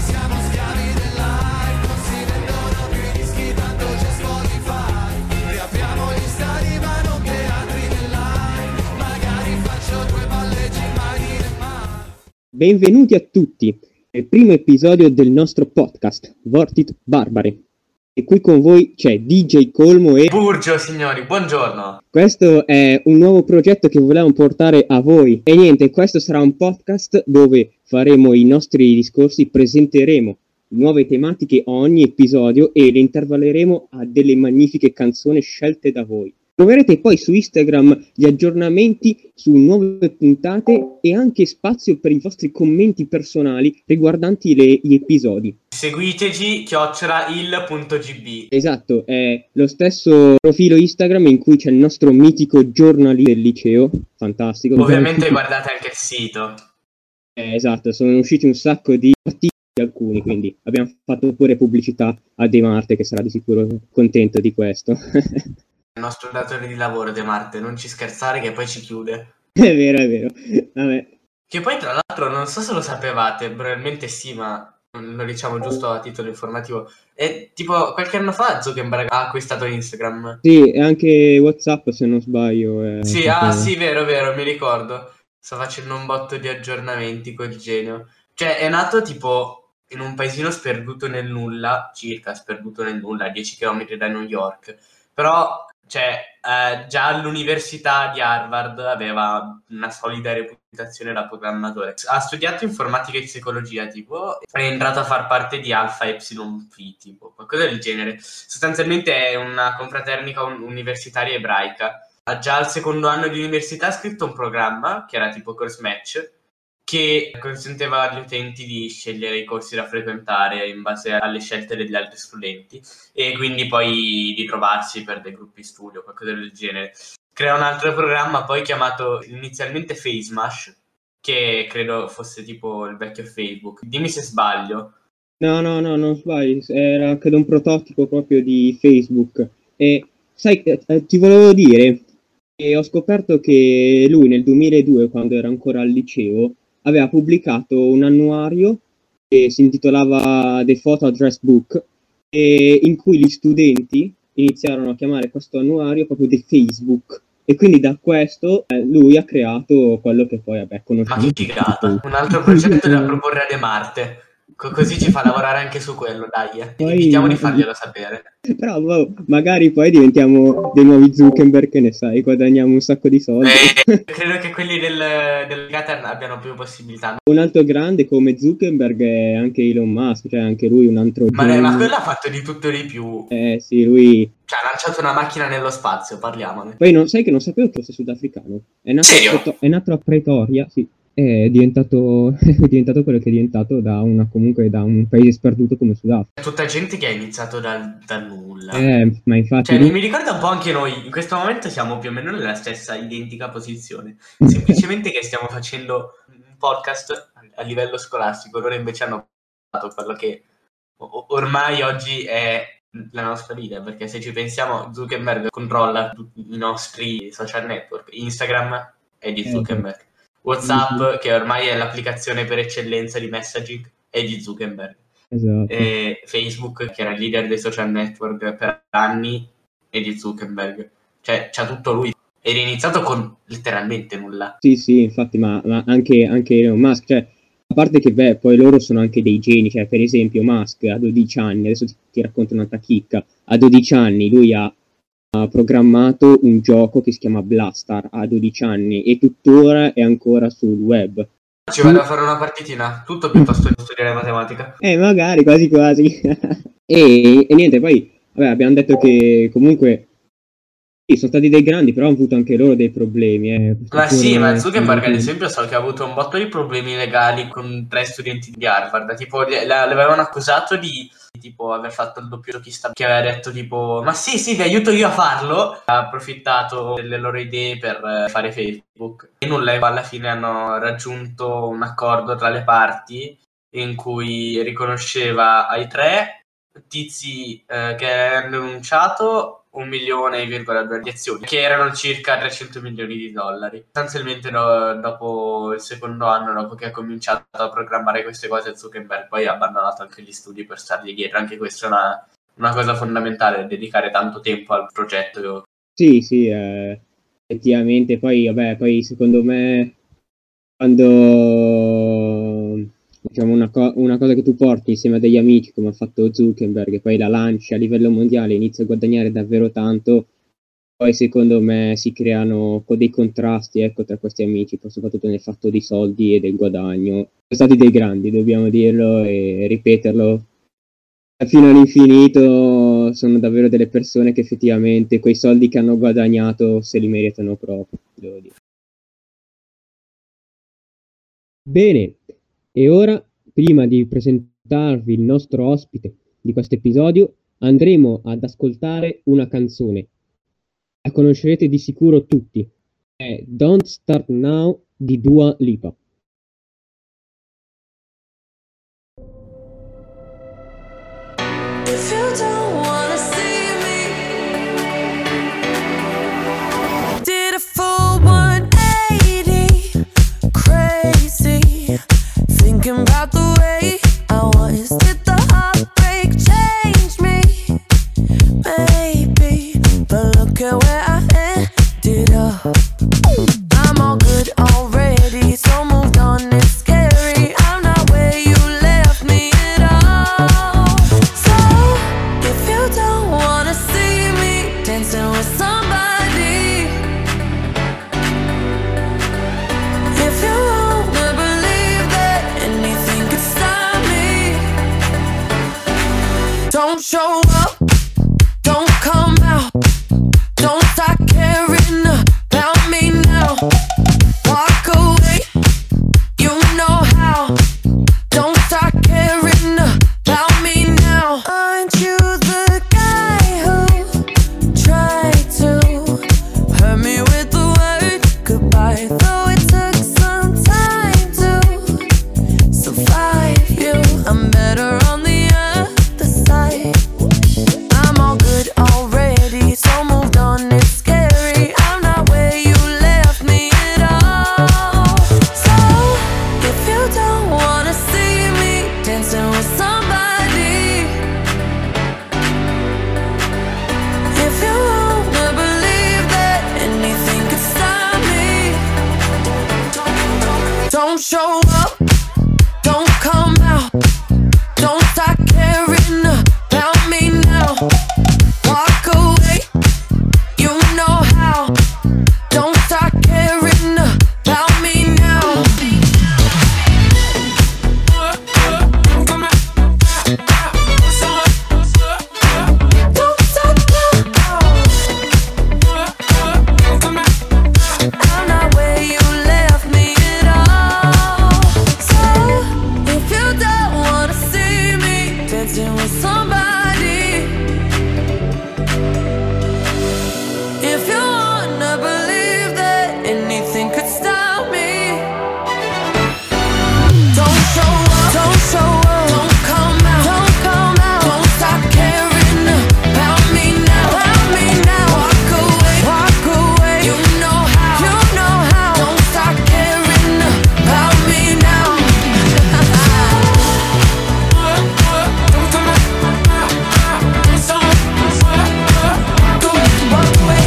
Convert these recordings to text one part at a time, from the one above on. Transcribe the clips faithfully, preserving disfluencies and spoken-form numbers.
siamo schiavi dell'hype, non si vendono più i dischi, tanto c'è Spotify. Riapriamo gli stadi ma non teatri nell'hype, magari faccio due palleggi mai dire mai. Benvenuti a tutti nel primo episodio del nostro podcast Vortit Barbare. E qui con voi c'è D J Colmo e Burgio, signori, buongiorno. Questo è un nuovo progetto che volevamo portare a voi. E niente, questo sarà un podcast dove faremo i nostri discorsi, presenteremo nuove tematiche a ogni episodio e le intervalleremo a delle magnifiche canzoni scelte da voi. Troverete poi su Instagram gli aggiornamenti su nuove puntate e anche spazio per i vostri commenti personali riguardanti le, gli episodi. Seguiteci, chiocciola il.gb. Esatto, è lo stesso profilo Instagram in cui c'è il nostro mitico giornalista del liceo, fantastico. Ovviamente guardate anche il sito. Eh, esatto, sono usciti un sacco di articoli, alcuni, quindi abbiamo fatto pure pubblicità a De Marte che sarà di sicuro contento di questo. Il nostro datore di lavoro, De Marte, non ci scherzare che poi ci chiude. È vero, è vero. Vabbè. Che poi tra l'altro non so se lo sapevate, probabilmente sì, ma lo diciamo giusto a titolo informativo. E tipo qualche anno fa Zuckerberg ha acquistato Instagram. Sì, e anche WhatsApp se non sbaglio. È Sì, proprio... ah sì, vero, vero, mi ricordo. Sto facendo un botto di aggiornamenti col genio. Cioè è nato tipo in un paesino sperduto nel nulla, circa sperduto nel nulla, a dieci chilometri da New York. Però... Cioè, eh, già all'università di Harvard aveva una solida reputazione da programmatore. Ha studiato informatica e psicologia, tipo, è entrato a far parte di Alpha Epsilon Phi, tipo, qualcosa del genere. Sostanzialmente è una confraternita universitaria ebraica. Già al secondo anno di università ha scritto un programma, che era tipo Course Match, che consentiva agli utenti di scegliere i corsi da frequentare in base alle scelte degli altri studenti e quindi poi di trovarsi per dei gruppi studio o qualcosa del genere. Crea un altro programma poi chiamato inizialmente FaceMash, che credo fosse tipo il vecchio Facebook. Dimmi se sbaglio. No, no, no, non sbaglio, era credo un prototipo proprio di Facebook. E sai, eh, ti volevo dire che ho scoperto che lui nel duemiladue, quando era ancora al liceo, aveva pubblicato un annuario che si intitolava The Photo Address Book e in cui gli studenti iniziarono a chiamare questo annuario proprio The Facebook e quindi da questo eh, lui ha creato quello che poi vabbè conosciamo. Ma che figata, un altro progetto da proporre a De Marte. Co- così ci fa lavorare anche su quello, dai. Eh. Poi- Invitiamo di farglielo sapere. Però boh, magari poi diventiamo dei nuovi Zuckerberg, che ne sai, guadagniamo un sacco di soldi. Eh, credo che quelli del, del Qatar abbiano più possibilità. Un altro grande come Zuckerberg è anche Elon Musk, cioè anche lui un altro Ma, genio. ma quello ha fatto di tutto e di più. Eh sì, lui... Cioè, ha lanciato una macchina nello spazio, parliamone. Poi non sai che non sapevo che fosse sudafricano. È nato, Serio? a, Preto- è nato a Pretoria, sì. È diventato, è diventato quello che è diventato da una comunque da un paese sperduto come Sudafrica. È tutta gente che ha iniziato dal, dal nulla. Eh, ma infatti... Cioè, lui- mi ricorda un po' anche noi. In questo momento siamo più o meno nella stessa identica posizione. Semplicemente che stiamo facendo un podcast a livello scolastico. Loro invece hanno fatto quello che o- ormai oggi è la nostra vita, perché se ci pensiamo Zuckerberg controlla tutti i nostri social network. Instagram è di Zuckerberg. WhatsApp, Mhm. che ormai è l'applicazione per eccellenza di messaging, è di Zuckerberg. Esatto. E Facebook, che era il leader dei social network per anni, è di Zuckerberg. Cioè, c'ha tutto lui. Ed è iniziato con letteralmente nulla. Sì, sì, infatti, ma, ma anche, anche Elon Musk, cioè, a parte che, beh, poi loro sono anche dei geni, cioè, per esempio, Musk a dodici anni, adesso ti, ti racconto un'altra chicca, a dodici anni lui ha, ha programmato un gioco che si chiama Blastar, a dodici anni, e tuttora è ancora sul web. Ci vado a fare una partitina, tutto piuttosto che studiare matematica. Eh, magari, quasi quasi. e, e niente, poi, vabbè, abbiamo detto che comunque... Sì, sono stati dei grandi, però hanno avuto anche loro dei problemi. Eh. Ma sì, Pure- ma Zuckerberg ad esempio so che ha avuto un botto di problemi legali con tre studenti di Harvard. Tipo, le, le avevano accusato di, di tipo aver fatto il doppio giochista, che aveva detto tipo, ma sì, sì, vi aiuto io a farlo. Ha approfittato delle loro idee per eh, fare Facebook. E nulla, e alla fine hanno raggiunto un accordo tra le parti in cui riconosceva ai tre tizi eh, che hanno denunciato un milione virgola due di azioni, che erano circa trecento milioni di dollari. Sostanzialmente no, dopo il secondo anno, dopo che ha cominciato a programmare queste cose, Zuckerberg poi ha abbandonato anche gli studi per stargli dietro. Anche questa è una, una cosa fondamentale, dedicare tanto tempo al progetto. Sì, sì, eh, effettivamente. Poi, vabbè, poi secondo me, quando diciamo una, co- una cosa che tu porti insieme a degli amici, come ha fatto Zuckerberg, e poi la lanci a livello mondiale, inizia a guadagnare davvero tanto, poi secondo me si creano co- dei contrasti, ecco, tra questi amici, poi soprattutto nel fatto dei soldi e del guadagno. Sono stati dei grandi, dobbiamo dirlo e ripeterlo fino all'infinito. Sono davvero delle persone che effettivamente quei soldi che hanno guadagnato se li meritano proprio, devo dire. Bene, e ora, prima di presentarvi il nostro ospite di questo episodio, andremo ad ascoltare una canzone. La conoscerete di sicuro tutti. È Don't Start Now di Dua Lipa. If you don't wanna see me, did a full one eighty, crazy, thinking about the way I was. Did the heartbreak change me? Maybe, but look at where I ended up. I'm all good already, so moved on, it's scary. I'm not where you left me at all. So, if you don't wanna see me dancing with somebody, if you wanna believe that anything could stop me, don't show up, don't come out, don't start caring about me now. Walk away, you know how. Don't start caring about me now. Aren't you the guy who tried to hurt me with the word goodbye? Though it took some time to survive you, I'm better on the other side. I'm all good already, so moved on, it's scary. I'm not where you left me at all. So, if you don't wanna see me dancing with somebody, if you wanna believe that anything could stop me, don't show up, don't come out, don't start caring about me now. Walk away, you know how. Don't start caring about me now. Don't start now. I'm not where you left me at all. So, if you don't wanna see me dancing with somebody, if you wanna believe that anything could stop me, don't show up, don't show up, don't come out, don't come out, don't stop caring about me now, about me now. Walk away, walk away, you know how, you know how. Don't stop caring about me now. Walk away.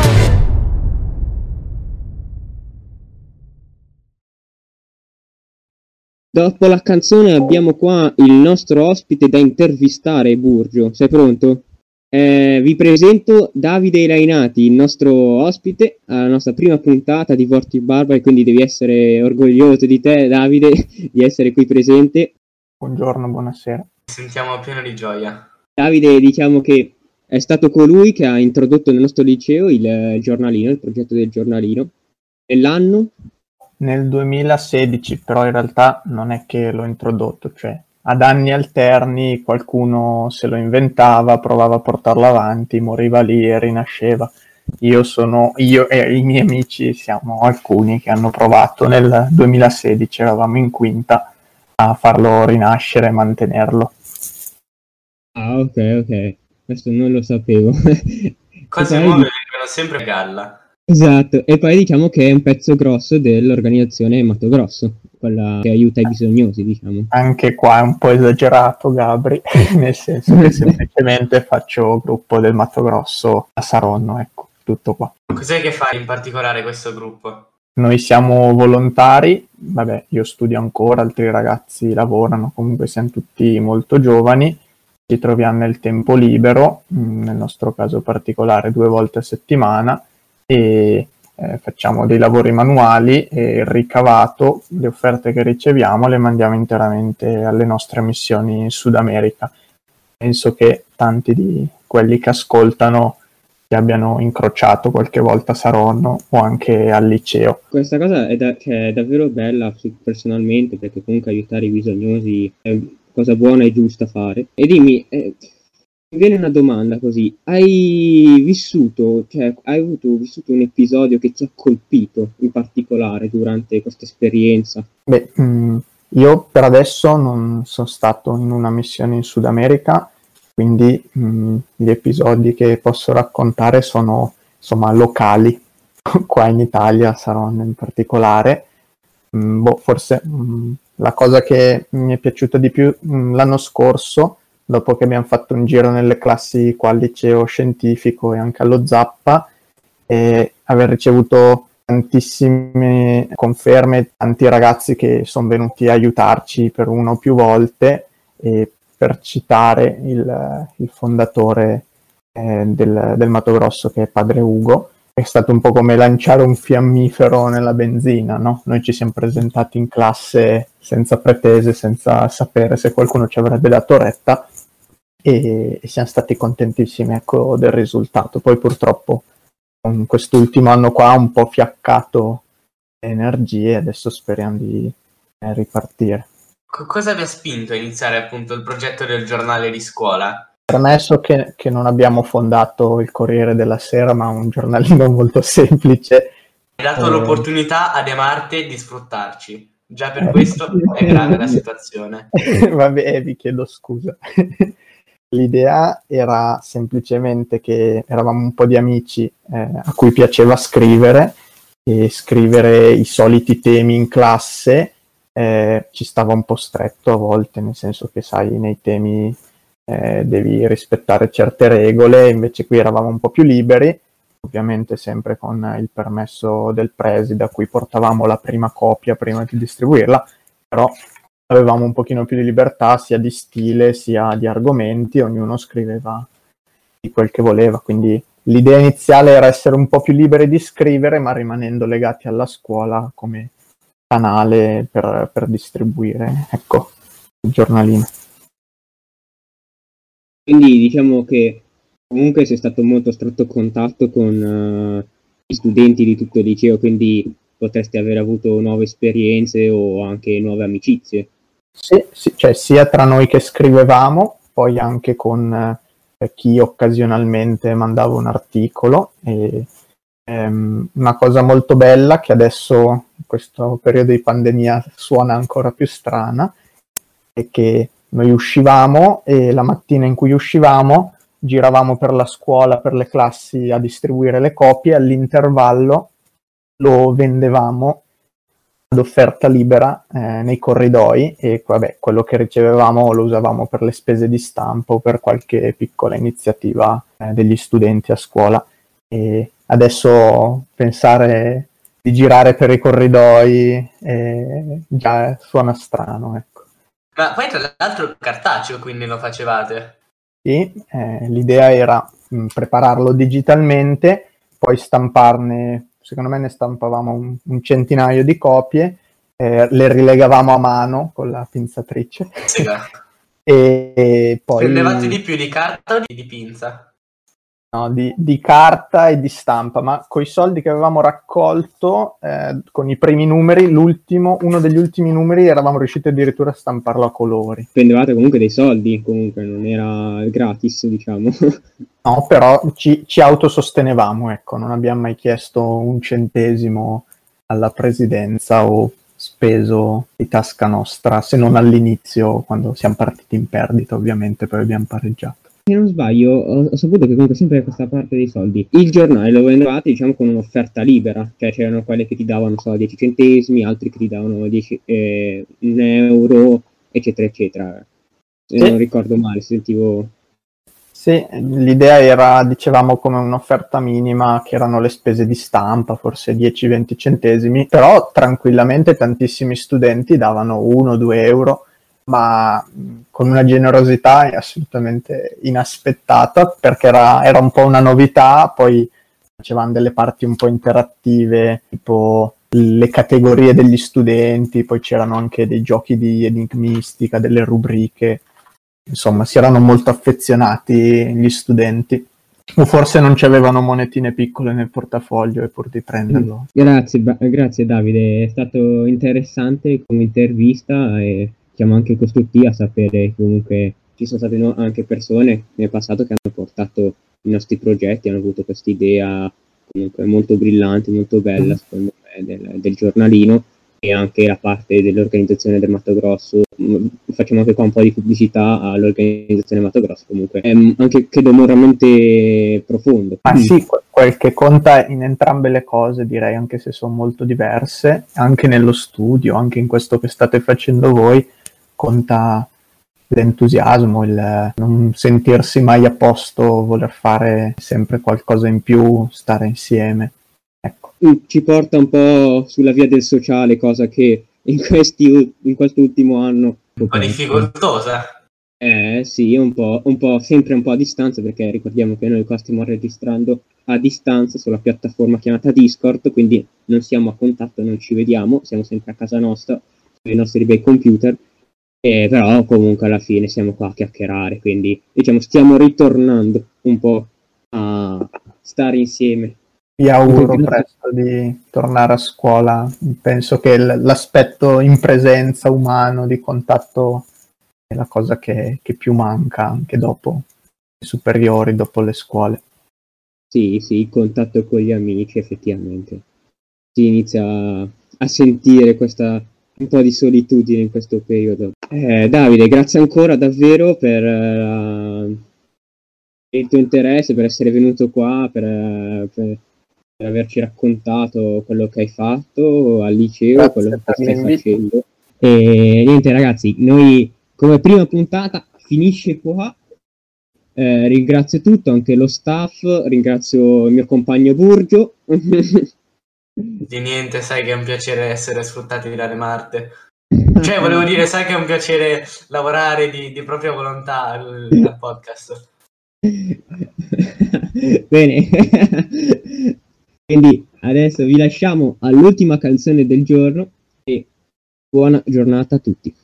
Dopo la canzone abbiamo qua il nostro ospite da intervistare, Burgio. Sei pronto? Eh, vi presento Davide Lainati, il nostro ospite, alla nostra prima puntata di Vorti Barbari, quindi devi essere orgoglioso di te, Davide, di essere qui presente. Buongiorno, buonasera. Ci sentiamo pieno di gioia. Davide, diciamo che è stato colui che ha introdotto nel nostro liceo il eh, giornalino, il progetto del giornalino. Nell'anno? Nel duemilasedici, però in realtà non è che l'ho introdotto, cioè ad anni alterni qualcuno se lo inventava, provava a portarlo avanti, moriva lì e rinasceva. Io sono, io e i miei amici siamo alcuni che hanno provato nel duemilasedici, eravamo in quinta, a farlo rinascere e mantenerlo. Ah, ok, ok, questo non lo sapevo. Cose E poi- nuove vengono sempre a galla. Esatto, e poi diciamo che è un pezzo grosso dell'organizzazione Mato Grosso, quella che aiuta i bisognosi, diciamo. Anche qua è un po' esagerato, Gabri, nel senso che semplicemente faccio gruppo del Mato Grosso a Saronno, ecco, tutto qua. Cos'è che fa in particolare questo gruppo? Noi siamo volontari, vabbè, io studio ancora, altri ragazzi lavorano, comunque siamo tutti molto giovani, ci troviamo nel tempo libero, mh, nel nostro caso particolare due volte a settimana, e eh, facciamo dei lavori manuali e il ricavato, le offerte che riceviamo le mandiamo interamente alle nostre missioni in Sud America. Penso che tanti di quelli che ascoltano che abbiano incrociato qualche volta a Saronno o anche al liceo. Questa cosa è, da- cioè, è davvero bella su- personalmente, perché comunque aiutare i bisognosi è cosa buona e giusta fare. E dimmi, eh, mi viene una domanda così, hai vissuto, cioè hai avuto vissuto un episodio che ti ha colpito in particolare durante questa esperienza? Beh, mh, io per adesso non sono stato in una missione in Sud America, quindi mh, gli episodi che posso raccontare sono insomma locali, qua in Italia, Saronno in particolare. Mh, boh, forse mh, la cosa che mi è piaciuta di più mh, l'anno scorso, dopo che abbiamo fatto un giro nelle classi qua al liceo scientifico e anche allo Zappa, e aver ricevuto tantissime conferme, tanti ragazzi che sono venuti a aiutarci per una o più volte, e per citare il, il fondatore eh, del, del Mato Grosso, che è padre Ugo, è stato un po' come lanciare un fiammifero nella benzina, no? Noi ci siamo presentati in classe senza pretese, senza sapere se qualcuno ci avrebbe dato retta, e, e siamo stati contentissimi, ecco, del risultato. Poi purtroppo con quest'ultimo anno qua ha un po' fiaccato le energie, adesso speriamo di eh, ripartire. Co- cosa vi ha spinto a iniziare appunto il progetto del giornale di scuola? Premesso che, che non abbiamo fondato il Corriere della Sera, ma un giornalino molto semplice. Hai dato Eh, l'opportunità a De Marte di sfruttarci. Già per Eh. questo è grave la situazione. Vabbè, vi chiedo scusa. L'idea era semplicemente che eravamo un po' di amici eh, a cui piaceva scrivere, e scrivere i soliti temi in classe eh, ci stava un po' stretto a volte, nel senso che, sai, nei temi eh, devi rispettare certe regole, invece qui eravamo un po' più liberi, ovviamente sempre con il permesso del preside, a cui portavamo la prima copia prima di distribuirla, però avevamo un pochino più di libertà sia di stile sia di argomenti, ognuno scriveva di quel che voleva, quindi l'idea iniziale era essere un po' più liberi di scrivere, ma rimanendo legati alla scuola come canale per, per distribuire, ecco, il giornalino. Quindi diciamo che comunque sei stato molto stretto contatto con eh, gli studenti di tutto il liceo, quindi potresti aver avuto nuove esperienze o anche nuove amicizie. Sì, sì, cioè sia tra noi che scrivevamo, poi anche con eh, chi occasionalmente mandava un articolo. E ehm, una cosa molto bella che adesso in questo periodo di pandemia suona ancora più strana è che noi uscivamo e la mattina in cui uscivamo giravamo per la scuola, per le classi a distribuire le copie, all'intervallo lo vendevamo ad offerta libera eh, nei corridoi, e vabbè, quello che ricevevamo lo usavamo per le spese di stampa o per qualche piccola iniziativa eh, degli studenti a scuola. E adesso pensare di girare per i corridoi eh, già suona strano, ecco. Ma poi tra l'altro cartaceo, quindi lo facevate? Sì, eh, l'idea era mh, prepararlo digitalmente, poi stamparne, secondo me ne stampavamo un, un centinaio di copie, eh, le rilegavamo a mano con la pinzatrice Sì, e, e poi prendevate di più di carta o di, di pinza? no, di, di carta e di stampa, ma coi soldi che avevamo raccolto eh, con i primi numeri, l'ultimo, uno degli ultimi numeri eravamo riusciti addirittura a stamparlo a colori. Spendevate comunque dei soldi, comunque non era gratis, diciamo. No, però ci, ci autosostenevamo, ecco, non abbiamo mai chiesto un centesimo alla presidenza o speso di tasca nostra, se non all'inizio, quando siamo partiti in perdita, ovviamente, poi abbiamo pareggiato. Se non sbaglio, ho, ho saputo che comunque sempre questa parte dei soldi, il giornale lo vendevate, diciamo, con un'offerta libera, cioè c'erano quelle che ti davano, non so, dieci centesimi, altri che ti davano dieci, eh, un euro, eccetera, eccetera. Se Sì. non ricordo male, sentivo... Sì, l'idea era, dicevamo, come un'offerta minima, che erano le spese di stampa, forse dieci venti centesimi, però tranquillamente tantissimi studenti davano uno due euro, ma con una generosità assolutamente inaspettata, perché era, era un po' una novità. Poi facevano delle parti un po' interattive, tipo le categorie degli studenti, poi c'erano anche dei giochi di enigmistica, delle rubriche. Insomma, si erano molto affezionati gli studenti, o forse non ci avevano monetine piccole nel portafoglio e pur di prenderlo. Grazie, ba- grazie Davide, è stato interessante come intervista e siamo anche costruttivi a sapere che comunque ci sono state no- anche persone nel passato che hanno portato i nostri progetti, hanno avuto questa idea comunque molto brillante, molto bella secondo me del, del giornalino, e anche la parte dell'organizzazione del Mato Grosso. Mm, facciamo anche qua un po' di pubblicità all'organizzazione Mato Grosso, comunque è mm, anche credo moralmente profondo. Ma sì, que- quel che conta in entrambe le cose, direi, anche se sono molto diverse, anche nello studio, anche in questo che state facendo voi, conta l'entusiasmo, il non sentirsi mai a posto, voler fare sempre qualcosa in più, stare insieme. Ecco. Mm, ci porta un po' sulla via del sociale, cosa che in questi in quest'ultimo anno Un po' difficoltosa. eh sì, un po', un po' sempre un po' a distanza, perché ricordiamo che noi qua stiamo registrando a distanza sulla piattaforma chiamata Discord, quindi non siamo a contatto, non ci vediamo, siamo sempre a casa nostra, sui nostri bei computer, eh, però comunque alla fine siamo qua a chiacchierare, quindi diciamo stiamo ritornando un po' a stare insieme. Vi auguro Grazie. presto di tornare a scuola. Penso che l- l'aspetto in presenza umano, di contatto, è la cosa che, che più manca anche dopo i superiori, dopo le scuole. Sì, sì, il contatto con gli amici, effettivamente. Si inizia a, a sentire questa un po' di solitudine in questo periodo. Eh, Davide, grazie ancora davvero per eh, il tuo interesse, per essere venuto qua, per, eh, per- per averci raccontato quello che hai fatto al liceo, Grazie quello che per stai l'invito. facendo. E niente, ragazzi, noi come prima puntata finisce qua. Eh, ringrazio tutto, anche lo staff, ringrazio il mio compagno Burgio. Di niente, sai che è un piacere essere sfruttati dalle Marte. Cioè, volevo dire, sai che è un piacere lavorare di, di propria volontà al, al podcast. Bene, quindi adesso vi lasciamo all'ultima canzone del giorno e buona giornata a tutti.